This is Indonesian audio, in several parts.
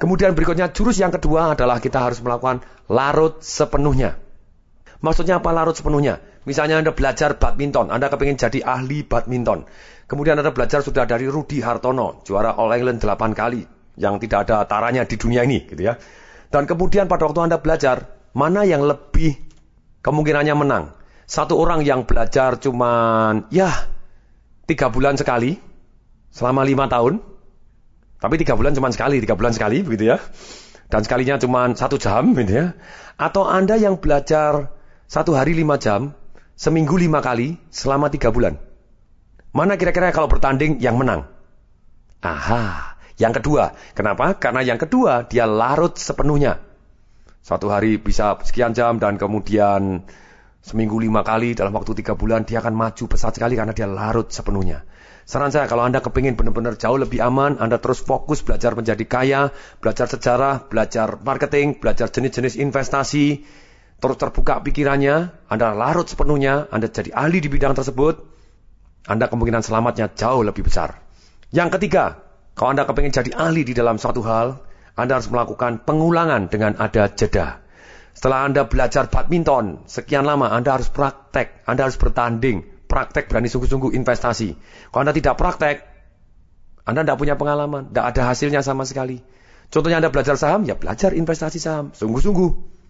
Kemudian berikutnya jurus yang kedua adalah kita harus melakukan larut sepenuhnya. Maksudnya apa larut sepenuhnya? Misalnya Anda belajar badminton, Anda kepingin jadi ahli badminton. Kemudian Anda belajar sudah dari Rudi Hartono, juara All England 8 kali, yang tidak ada taranya di dunia ini, gitu ya. Dan kemudian pada waktu Anda belajar, mana yang lebih kemungkinannya menang? Satu orang yang belajar cuman 3 bulan sekali, selama 5 tahun, tapi 3 bulan cuman sekali, 3 bulan sekali, begitu ya. Dan sekalinya cuman 1 jam, gitu ya. Atau Anda yang belajar 1 hari 5 jam, seminggu 5 kali, selama 3 bulan. Mana kira-kira kalau bertanding yang menang? Aha, yang kedua. Kenapa? Karena yang kedua dia larut sepenuhnya. 1 hari bisa sekian jam dan kemudian seminggu 5 kali dalam waktu 3 bulan dia akan maju pesat sekali karena dia larut sepenuhnya. Saran saya kalau Anda kepingin benar-benar jauh lebih aman, Anda terus fokus belajar menjadi kaya, belajar sejarah, belajar marketing, belajar jenis-jenis investasi, terus terbuka pikirannya, Anda larut sepenuhnya, Anda jadi ahli di bidang tersebut, Anda kemungkinan selamatnya jauh lebih besar. Yang ketiga, kalau Anda kepingin jadi ahli di dalam suatu hal, Anda harus melakukan pengulangan dengan ada jeda. Setelah Anda belajar badminton, sekian lama Anda harus praktek, Anda harus bertanding, praktek berani sungguh-sungguh investasi. Kalau Anda tidak praktek, Anda tidak punya pengalaman, tidak ada hasilnya sama sekali. Contohnya Anda belajar saham, ya belajar investasi saham, sungguh-sungguh.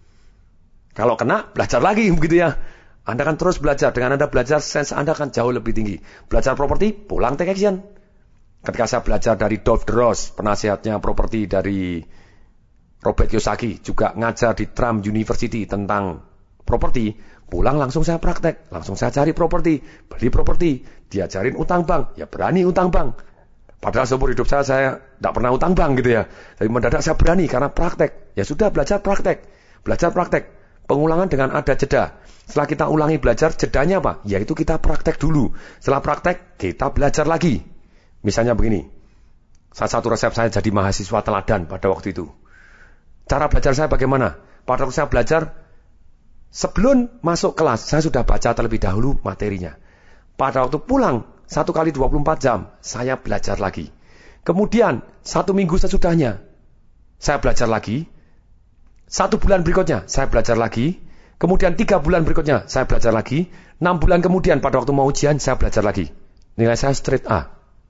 Kalau kena, belajar lagi, begitu ya. Anda akan terus belajar. Dengan Anda belajar, sense Anda akan jauh lebih tinggi. Belajar properti, pulang take action. Ketika saya belajar dari Dov DeRose, penasihatnya properti dari Robert Kiyosaki, juga ngajar di Trump University tentang properti, pulang langsung saya praktek. Langsung saya cari properti, beli properti. Diajarin utang bank, ya berani utang bank. Padahal seumur hidup saya tidak pernah utang bank gitu ya. Tapi mendadak saya berani karena praktek. Ya sudah, belajar praktek. Belajar praktek. Pengulangan dengan ada jeda. Setelah kita ulangi belajar, jedanya apa? Yaitu kita praktek dulu. Setelah praktek, kita belajar lagi. Misalnya begini. Salah satu resep saya jadi mahasiswa teladan pada waktu itu. Cara belajar saya bagaimana? Pada waktu saya belajar, sebelum masuk kelas, saya sudah baca terlebih dahulu materinya. Pada waktu pulang, 1 kali 24 jam, saya belajar lagi. Kemudian, 1 minggu sesudahnya, saya belajar lagi. 1 bulan berikutnya, saya belajar lagi. Kemudian 3 bulan berikutnya, saya belajar lagi. 6 bulan kemudian, pada waktu mau ujian, saya belajar lagi. Nilai saya straight A.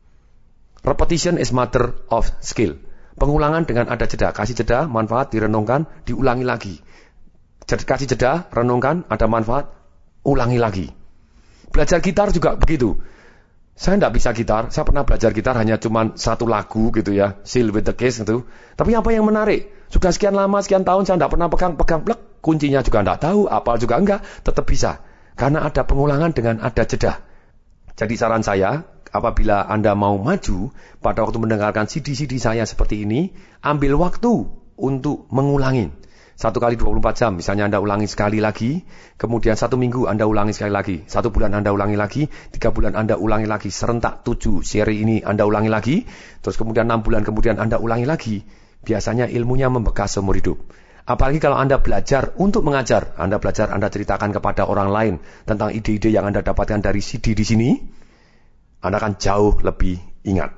Repetition is mother of skill. Pengulangan dengan ada jeda. Kasih jeda, manfaat, direnungkan, diulangi lagi. Kasih jeda, renungkan, ada manfaat, ulangi lagi. Belajar gitar juga begitu. Saya tidak bisa gitar. Saya pernah belajar gitar hanya cuma 1 lagu gitu ya. Seal with the Kiss gitu. Tapi apa yang menarik? Sudah sekian lama, sekian tahun saya tidak pernah pegang plek. Kuncinya juga tidak tahu. Apal juga enggak. Tetap bisa. Karena ada pengulangan dengan ada jeda. Jadi saran saya, apabila Anda mau maju, pada waktu mendengarkan CD-CD saya seperti ini, ambil waktu untuk mengulangi. 1 kali 24 jam, misalnya Anda ulangi sekali lagi, kemudian 1 minggu Anda ulangi sekali lagi, 1 bulan Anda ulangi lagi, 3 bulan Anda ulangi lagi, serentak 7 seri ini Anda ulangi lagi, terus kemudian 6 bulan kemudian Anda ulangi lagi, biasanya ilmunya membekas seumur hidup. Apalagi kalau Anda belajar untuk mengajar, Anda belajar, Anda ceritakan kepada orang lain tentang ide-ide yang Anda dapatkan dari CD di sini, Anda akan jauh lebih ingat.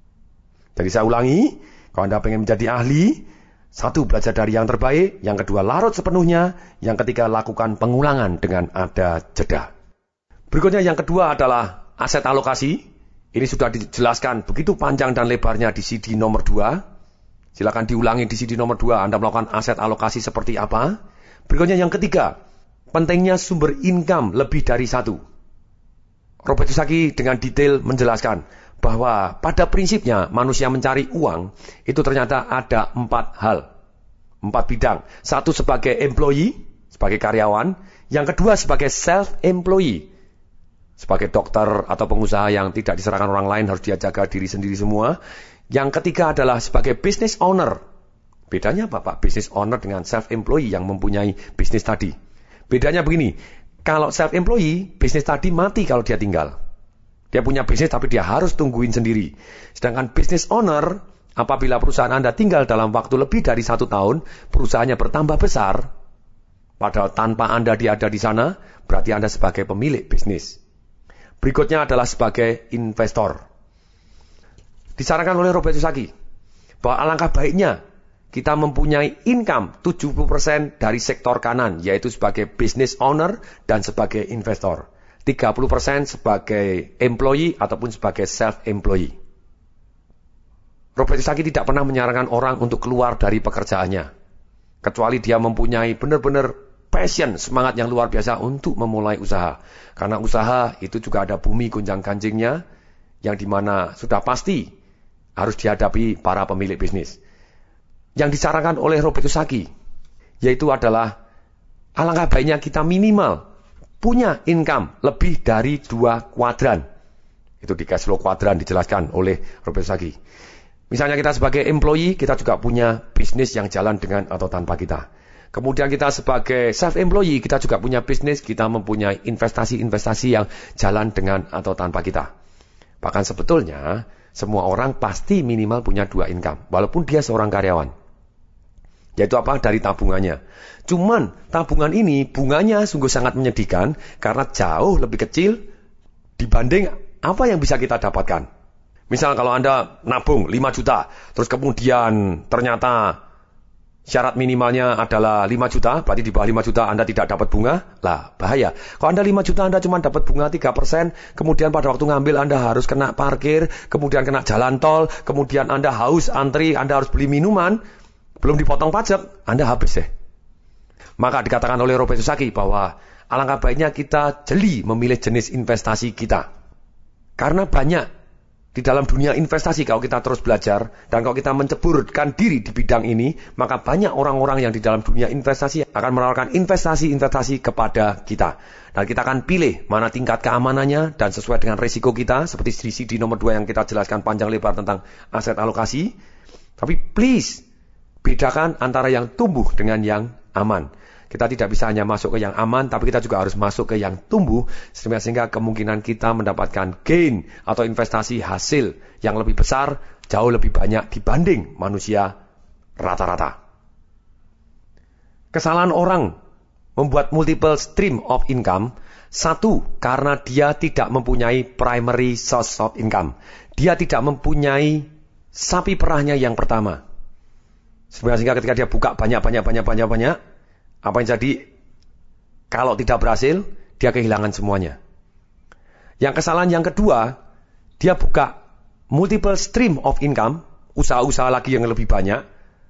Jadi saya ulangi, kalau Anda pengen menjadi ahli, 1, belajar dari yang terbaik. Yang kedua, larut sepenuhnya. Yang ketiga, lakukan pengulangan dengan ada jeda. Berikutnya yang kedua adalah aset alokasi. Ini sudah dijelaskan begitu panjang dan lebarnya di CD nomor 2. Silakan diulangi di CD nomor 2. Anda melakukan aset alokasi seperti apa. Berikutnya yang ketiga, pentingnya sumber income lebih dari 1. Robert Kiyosaki dengan detail menjelaskan bahwa pada prinsipnya manusia mencari uang itu ternyata ada 4 hal, 4 bidang. 1 sebagai employee, sebagai karyawan. Yang kedua sebagai self-employee, sebagai dokter atau pengusaha yang tidak diserahkan orang lain, harus dia jaga diri sendiri semua. Yang ketiga adalah sebagai business owner. Bedanya apa Pak? Business owner dengan self-employee yang mempunyai bisnis tadi. Bedanya begini, kalau self-employee, bisnis tadi mati kalau dia tinggal. Dia punya bisnis tapi dia harus tungguin sendiri. Sedangkan business owner, apabila perusahaan Anda tinggal dalam waktu lebih dari 1 tahun, perusahaannya bertambah besar. Padahal tanpa Anda dia ada di sana, berarti Anda sebagai pemilik bisnis. Berikutnya adalah sebagai investor. Disarankan oleh Robert Kiyosaki bahwa alangkah baiknya kita mempunyai income 70% dari sektor kanan, yaitu sebagai business owner dan sebagai investor. 30% sebagai employee ataupun sebagai self-employee. Robert Kiyosaki tidak pernah menyarankan orang untuk keluar dari pekerjaannya. Kecuali dia mempunyai benar-benar passion, semangat yang luar biasa untuk memulai usaha. Karena usaha itu juga ada bumi gonjang-ganjingnya, yang dimana sudah pasti harus dihadapi para pemilik bisnis. Yang disarankan oleh Robert Kiyosaki, yaitu adalah alangkah baiknya kita minimal punya income lebih dari 2 kuadran. Itu di cash flow kuadran dijelaskan oleh Robert Kiyosaki. Misalnya kita sebagai employee, kita juga punya bisnis yang jalan dengan atau tanpa kita. Kemudian kita sebagai self-employee, kita juga punya bisnis, kita mempunyai investasi-investasi yang jalan dengan atau tanpa kita. Bahkan sebetulnya, semua orang pasti minimal punya 2 income, walaupun dia seorang karyawan. Yaitu apa? Dari tabungannya. Cuman tabungan ini bunganya sungguh sangat menyedihkan karena jauh lebih kecil dibanding apa yang bisa kita dapatkan. Misal kalau Anda nabung 5 juta, terus kemudian ternyata syarat minimalnya adalah 5 juta, berarti di bawah 5 juta Anda tidak dapat bunga, lah bahaya. Kalau Anda 5 juta Anda cuma dapat bunga 3%, kemudian pada waktu ngambil Anda harus kena parkir, kemudian kena jalan tol, kemudian Anda haus, antri, Anda harus beli minuman, belum dipotong pajak, Anda habis ya. Maka dikatakan oleh Robert Kiyosaki bahwa alangkah baiknya kita jeli memilih jenis investasi kita. Karena banyak di dalam dunia investasi kalau kita terus belajar dan kalau kita menceburkan diri di bidang ini, maka banyak orang-orang yang di dalam dunia investasi akan menawarkan investasi-investasi kepada kita. Dan kita akan pilih mana tingkat keamanannya dan sesuai dengan risiko kita, seperti di CD nomor 2 yang kita jelaskan panjang lebar tentang aset alokasi. Tapi please, bedakan antara yang tumbuh dengan yang aman. Kita tidak bisa hanya masuk ke yang aman, tapi kita juga harus masuk ke yang tumbuh, sehingga kemungkinan kita mendapatkan gain atau investasi hasil yang lebih besar, jauh lebih banyak dibanding manusia rata-rata. Kesalahan orang membuat multiple stream of income, satu, karena dia tidak mempunyai primary source of income. Dia tidak mempunyai sapi perahnya yang pertama. Sehingga ketika dia buka banyak, apa yang jadi? Kalau tidak berhasil, dia kehilangan semuanya. Yang kesalahan yang kedua, dia buka multiple stream of income, usaha-usaha lagi yang lebih banyak.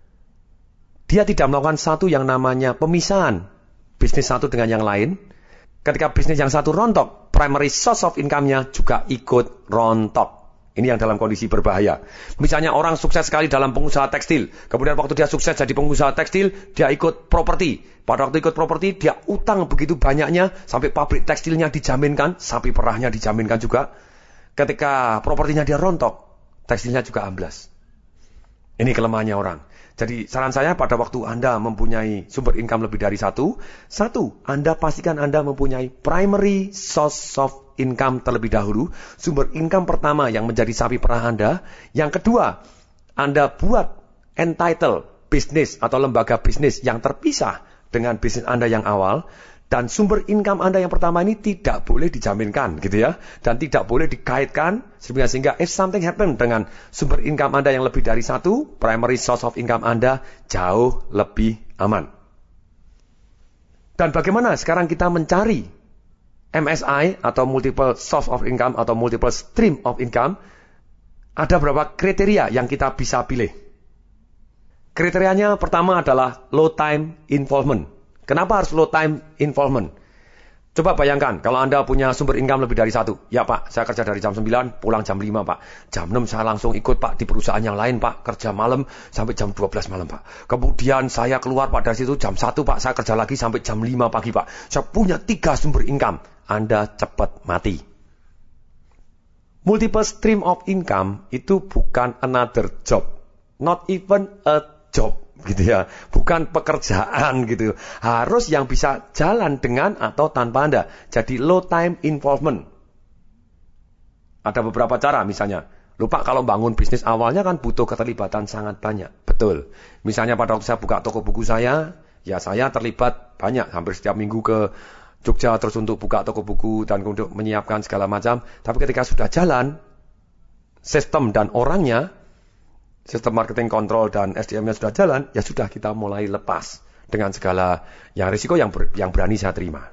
Dia tidak melakukan satu yang namanya pemisahan bisnis satu dengan yang lain. Ketika bisnis yang satu rontok, primary source of income-nya juga ikut rontok. Ini yang dalam kondisi berbahaya. Misalnya orang sukses sekali dalam pengusaha tekstil. Kemudian waktu dia sukses jadi pengusaha tekstil, dia ikut properti. Pada waktu ikut properti, dia utang begitu banyaknya, sampai pabrik tekstilnya dijaminkan, sapi perahnya dijaminkan juga. Ketika propertinya dia rontok, tekstilnya juga amblas. Ini kelemahannya orang. Jadi saran saya pada waktu Anda mempunyai sumber income lebih dari satu, Anda pastikan Anda mempunyai primary source of income terlebih dahulu, sumber income pertama yang menjadi sapi perah Anda. Yang kedua, Anda buat entitled bisnis atau lembaga bisnis yang terpisah dengan bisnis Anda yang awal. Dan sumber income Anda yang pertama ini tidak boleh dijaminkan gitu ya. Dan tidak boleh dikaitkan sehingga if something happen dengan sumber income Anda yang lebih dari satu, primary source of income Anda jauh lebih aman. Dan bagaimana sekarang kita mencari MSI atau multiple source of income atau multiple stream of income? Ada beberapa kriteria yang kita bisa pilih. Kriterianya pertama adalah low time involvement. Kenapa harus low time involvement? Coba bayangkan, kalau Anda punya sumber income lebih dari satu. Ya Pak, saya kerja dari jam 9, pulang jam 5 Pak. Jam 6 saya langsung ikut Pak di perusahaan yang lain Pak. Kerja malam sampai jam 12 malam Pak. Kemudian saya keluar Pak dari situ jam 1 Pak. Saya kerja lagi sampai jam 5 pagi Pak. Saya punya 3 sumber income. Anda cepat mati. Multiple stream of income itu bukan another job. Not even a job. Gitu ya, bukan pekerjaan gitu. Harus yang bisa jalan dengan atau tanpa Anda. Jadi low time involvement. Ada beberapa cara misalnya. Lupa kalau bangun bisnis awalnya kan butuh keterlibatan sangat banyak. Betul. Misalnya pada waktu saya buka toko buku saya, ya saya terlibat banyak. Hampir setiap minggu ke Jogja terus untuk buka toko buku dan untuk menyiapkan segala macam. Tapi ketika sudah jalan, sistem dan orangnya, sistem marketing kontrol dan SDM-nya sudah jalan, ya sudah kita mulai lepas dengan segala yang risiko yang berani saya terima.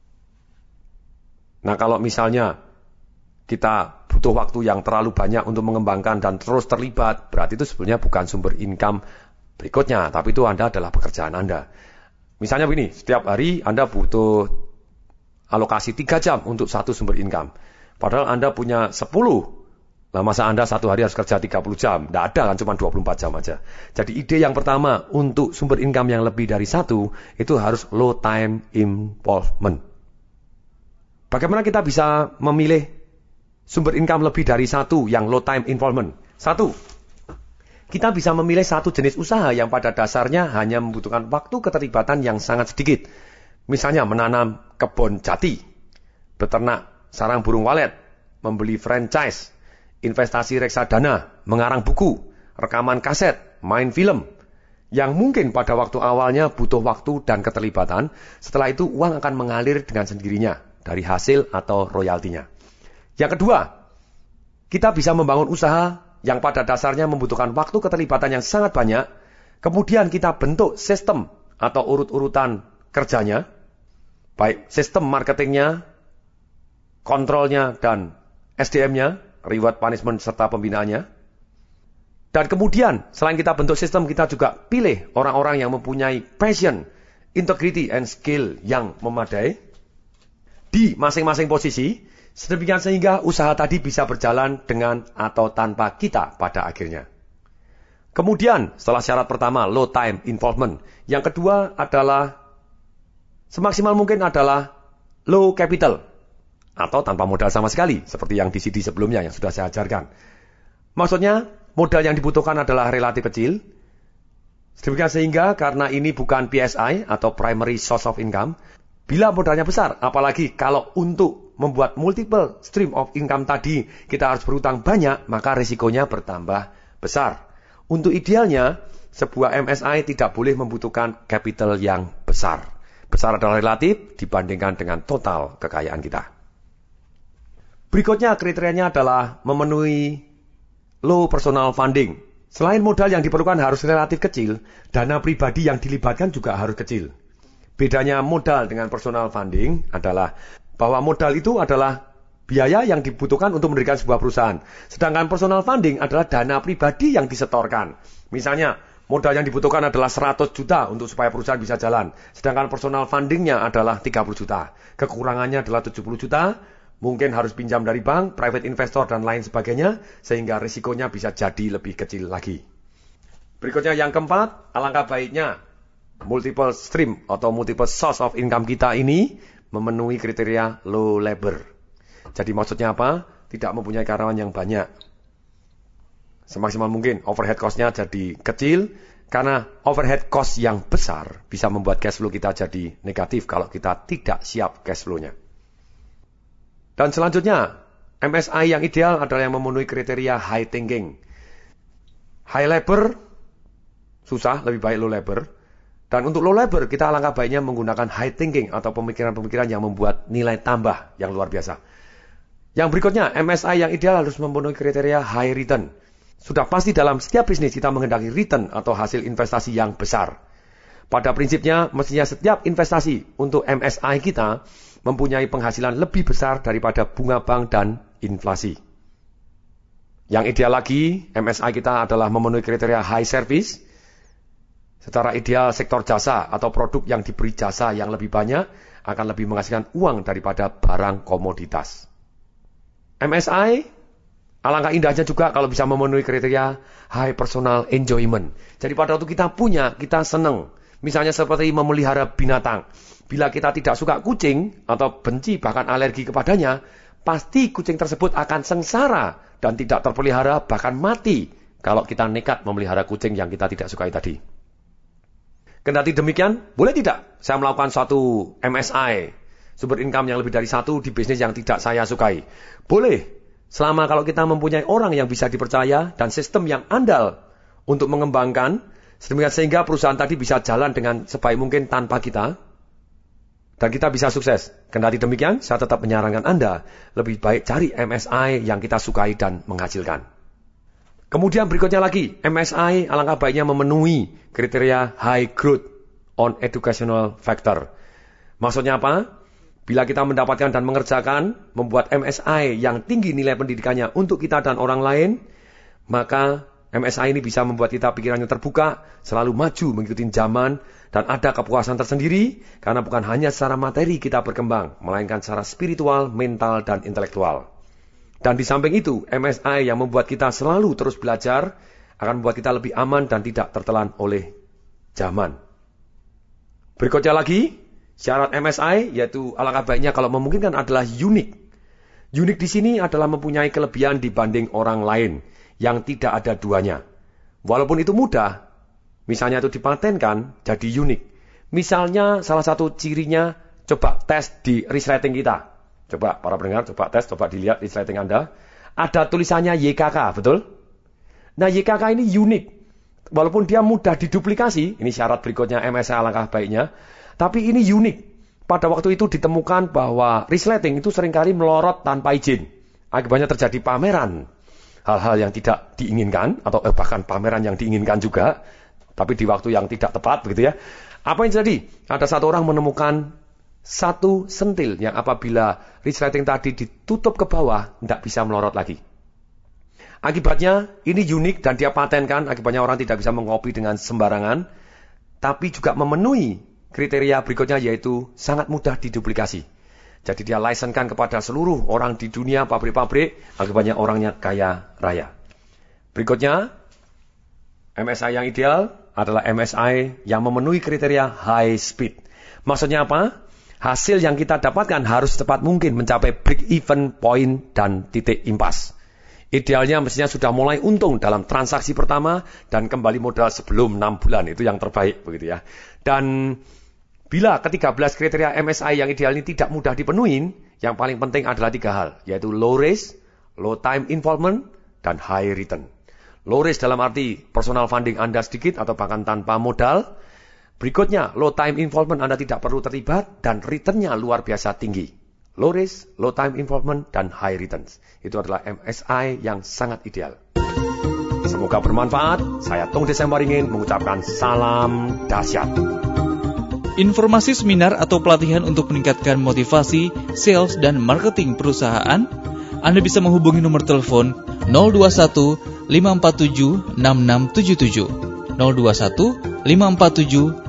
Nah, kalau misalnya kita butuh waktu yang terlalu banyak untuk mengembangkan dan terus terlibat, berarti itu sebenarnya bukan sumber income berikutnya, tapi itu Anda adalah pekerjaan Anda. Misalnya begini, setiap hari Anda butuh alokasi 3 jam untuk satu sumber income. Padahal Anda punya 10. Nah, masa Anda satu hari harus kerja 30 jam? Tidak ada kan, cuma 24 jam aja. Jadi ide yang pertama untuk sumber income yang lebih dari satu, itu harus low time involvement. Bagaimana kita bisa memilih sumber income lebih dari satu yang low time involvement? Satu, kita bisa memilih satu jenis usaha yang pada dasarnya hanya membutuhkan waktu keterlibatan yang sangat sedikit. Misalnya menanam kebun jati, beternak sarang burung walet, membeli franchise, investasi reksadana, mengarang buku, rekaman kaset, main film, yang mungkin pada waktu awalnya butuh waktu dan keterlibatan, setelah itu uang akan mengalir dengan sendirinya dari hasil atau royaltinya. Yang kedua, kita bisa membangun usaha yang pada dasarnya membutuhkan waktu keterlibatan yang sangat banyak, kemudian kita bentuk sistem atau urut-urutan kerjanya, baik sistem marketingnya, kontrolnya, dan SDM-nya, reward, punishment, serta pembinaannya. Dan kemudian, selain kita bentuk sistem, kita juga pilih orang-orang yang mempunyai passion, integrity, and skill yang memadai di masing-masing posisi, sedemikian sehingga usaha tadi bisa berjalan dengan atau tanpa kita pada akhirnya. Kemudian, setelah syarat pertama, low time involvement. Yang kedua adalah, semaksimal mungkin adalah low capital, atau tanpa modal sama sekali, seperti yang di CD sebelumnya yang sudah saya ajarkan. Maksudnya, modal yang dibutuhkan adalah relatif kecil, sedemikian sehingga karena ini bukan PSI atau primary source of income, bila modalnya besar, apalagi kalau untuk membuat multiple stream of income tadi kita harus berutang banyak, maka risikonya bertambah besar. Untuk idealnya, sebuah MSI tidak boleh membutuhkan capital yang besar. Besar adalah relatif dibandingkan dengan total kekayaan kita. Berikutnya kriterianya adalah memenuhi low personal funding. Selain modal yang diperlukan harus relatif kecil, dana pribadi yang dilibatkan juga harus kecil. Bedanya modal dengan personal funding adalah bahwa modal itu adalah biaya yang dibutuhkan untuk mendirikan sebuah perusahaan. Sedangkan personal funding adalah dana pribadi yang disetorkan. Misalnya, modal yang dibutuhkan adalah 100 juta untuk supaya perusahaan bisa jalan. Sedangkan personal fundingnya adalah 30 juta. Kekurangannya adalah 70 juta. Mungkin harus pinjam dari bank, private investor, dan lain sebagainya, sehingga risikonya bisa jadi lebih kecil lagi. Berikutnya yang keempat, alangkah baiknya multiple stream atau multiple source of income kita ini memenuhi kriteria low labor. Jadi maksudnya apa? Tidak mempunyai karyawan yang banyak. Semaksimal mungkin overhead cost-nya jadi kecil, karena overhead cost yang besar bisa membuat cash flow kita jadi negatif kalau kita tidak siap cash flow-nya. Dan selanjutnya, MSI yang ideal adalah yang memenuhi kriteria high thinking. High labor, susah, lebih baik low labor. Dan untuk low labor, kita alangkah baiknya menggunakan high thinking atau pemikiran-pemikiran yang membuat nilai tambah yang luar biasa. Yang berikutnya, MSI yang ideal harus memenuhi kriteria high return. Sudah pasti dalam setiap bisnis kita menghendaki return atau hasil investasi yang besar. Pada prinsipnya, mestinya setiap investasi untuk MSI kita mempunyai penghasilan lebih besar daripada bunga bank dan inflasi. Yang ideal lagi, MSI kita adalah memenuhi kriteria high service. Secara ideal, sektor jasa atau produk yang diberi jasa yang lebih banyak akan lebih menghasilkan uang daripada barang komoditas. MSI, alangkah indahnya juga kalau bisa memenuhi kriteria high personal enjoyment. Jadi pada waktu kita punya, kita senang. Misalnya seperti memelihara binatang. Bila kita tidak suka kucing atau benci bahkan alergi kepadanya, pasti kucing tersebut akan sengsara dan tidak terpelihara bahkan mati kalau kita nekat memelihara kucing yang kita tidak sukai tadi. Kendati demikian, boleh tidak saya melakukan suatu MSI, sumber income yang lebih dari satu di bisnis yang tidak saya sukai? Boleh, selama kalau kita mempunyai orang yang bisa dipercaya dan sistem yang andal untuk mengembangkan, sedemikian sehingga perusahaan tadi bisa jalan dengan sebaik mungkin tanpa kita, dan kita bisa sukses. Kendati demikian, saya tetap menyarankan Anda lebih baik cari MSI yang kita sukai dan menghasilkan. Kemudian berikutnya lagi, MSI alangkah baiknya memenuhi kriteria high growth on educational factor. Maksudnya apa? Bila kita mendapatkan dan mengerjakan, membuat MSI yang tinggi nilai pendidikannya untuk kita dan orang lain, maka MSI ini bisa membuat kita pikirannya terbuka, selalu maju mengikuti zaman, dan ada kepuasan tersendiri, karena bukan hanya secara materi kita berkembang, melainkan secara spiritual, mental, dan intelektual. Dan di samping itu, MSI yang membuat kita selalu terus belajar, akan membuat kita lebih aman dan tidak tertelan oleh zaman. Berikutnya lagi, syarat MSI, yaitu alangkah baiknya kalau memungkinkan adalah unik. Unik di sini adalah mempunyai kelebihan dibanding orang lain, yang tidak ada duanya. Walaupun itu mudah, misalnya itu dipatenkan, jadi unik. Misalnya salah satu cirinya, coba tes di resleting kita. Coba para pendengar, coba tes, coba dilihat resleting Anda. Ada tulisannya YKK, betul? Nah YKK ini unik. Walaupun dia mudah diduplikasi, ini syarat berikutnya MSI alangkah baiknya. Tapi ini unik. Pada waktu itu ditemukan bahwa resleting itu seringkali melorot tanpa izin. Akibatnya terjadi pameran. Hal-hal yang tidak diinginkan, atau bahkan pameran yang diinginkan juga, tapi di waktu yang tidak tepat, begitu ya. Apa yang terjadi? Ada satu orang menemukan satu sentil yang apabila resleting tadi ditutup ke bawah, tidak bisa melorot lagi. Akibatnya, ini unik dan dia patenkan, akibatnya orang tidak bisa mengkopi dengan sembarangan, tapi juga memenuhi kriteria berikutnya, yaitu sangat mudah diduplikasi. Jadi dia lisensikan kepada seluruh orang di dunia, pabrik-pabrik, akibatnya orangnya kaya raya. Berikutnya, MSI yang ideal adalah MSI yang memenuhi kriteria high speed. Maksudnya apa? Hasil yang kita dapatkan harus secepat mungkin mencapai break-even point dan titik impas. Idealnya mestinya sudah mulai untung dalam transaksi pertama dan kembali modal sebelum 6 bulan. Itu yang terbaik, begitu ya. Dan bila ke-13 kriteria MSI yang ideal ini tidak mudah dipenuhi, yang paling penting adalah 3 hal, yaitu low risk, low time involvement, dan high return. Low risk dalam arti personal funding Anda sedikit atau bahkan tanpa modal. Berikutnya, low time involvement Anda tidak perlu terlibat dan returnnya luar biasa tinggi. Low risk, low time involvement, dan high returns. Itu adalah MSI yang sangat ideal. Semoga bermanfaat. Saya Tung Desember ingin mengucapkan salam dahsyat. Informasi seminar atau pelatihan untuk meningkatkan motivasi, sales, dan marketing perusahaan, Anda bisa menghubungi nomor telepon 021 547 6677. 021 547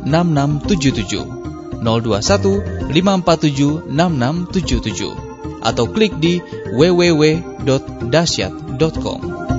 6677, 021 547 6677, atau klik di www.dahsyat.com.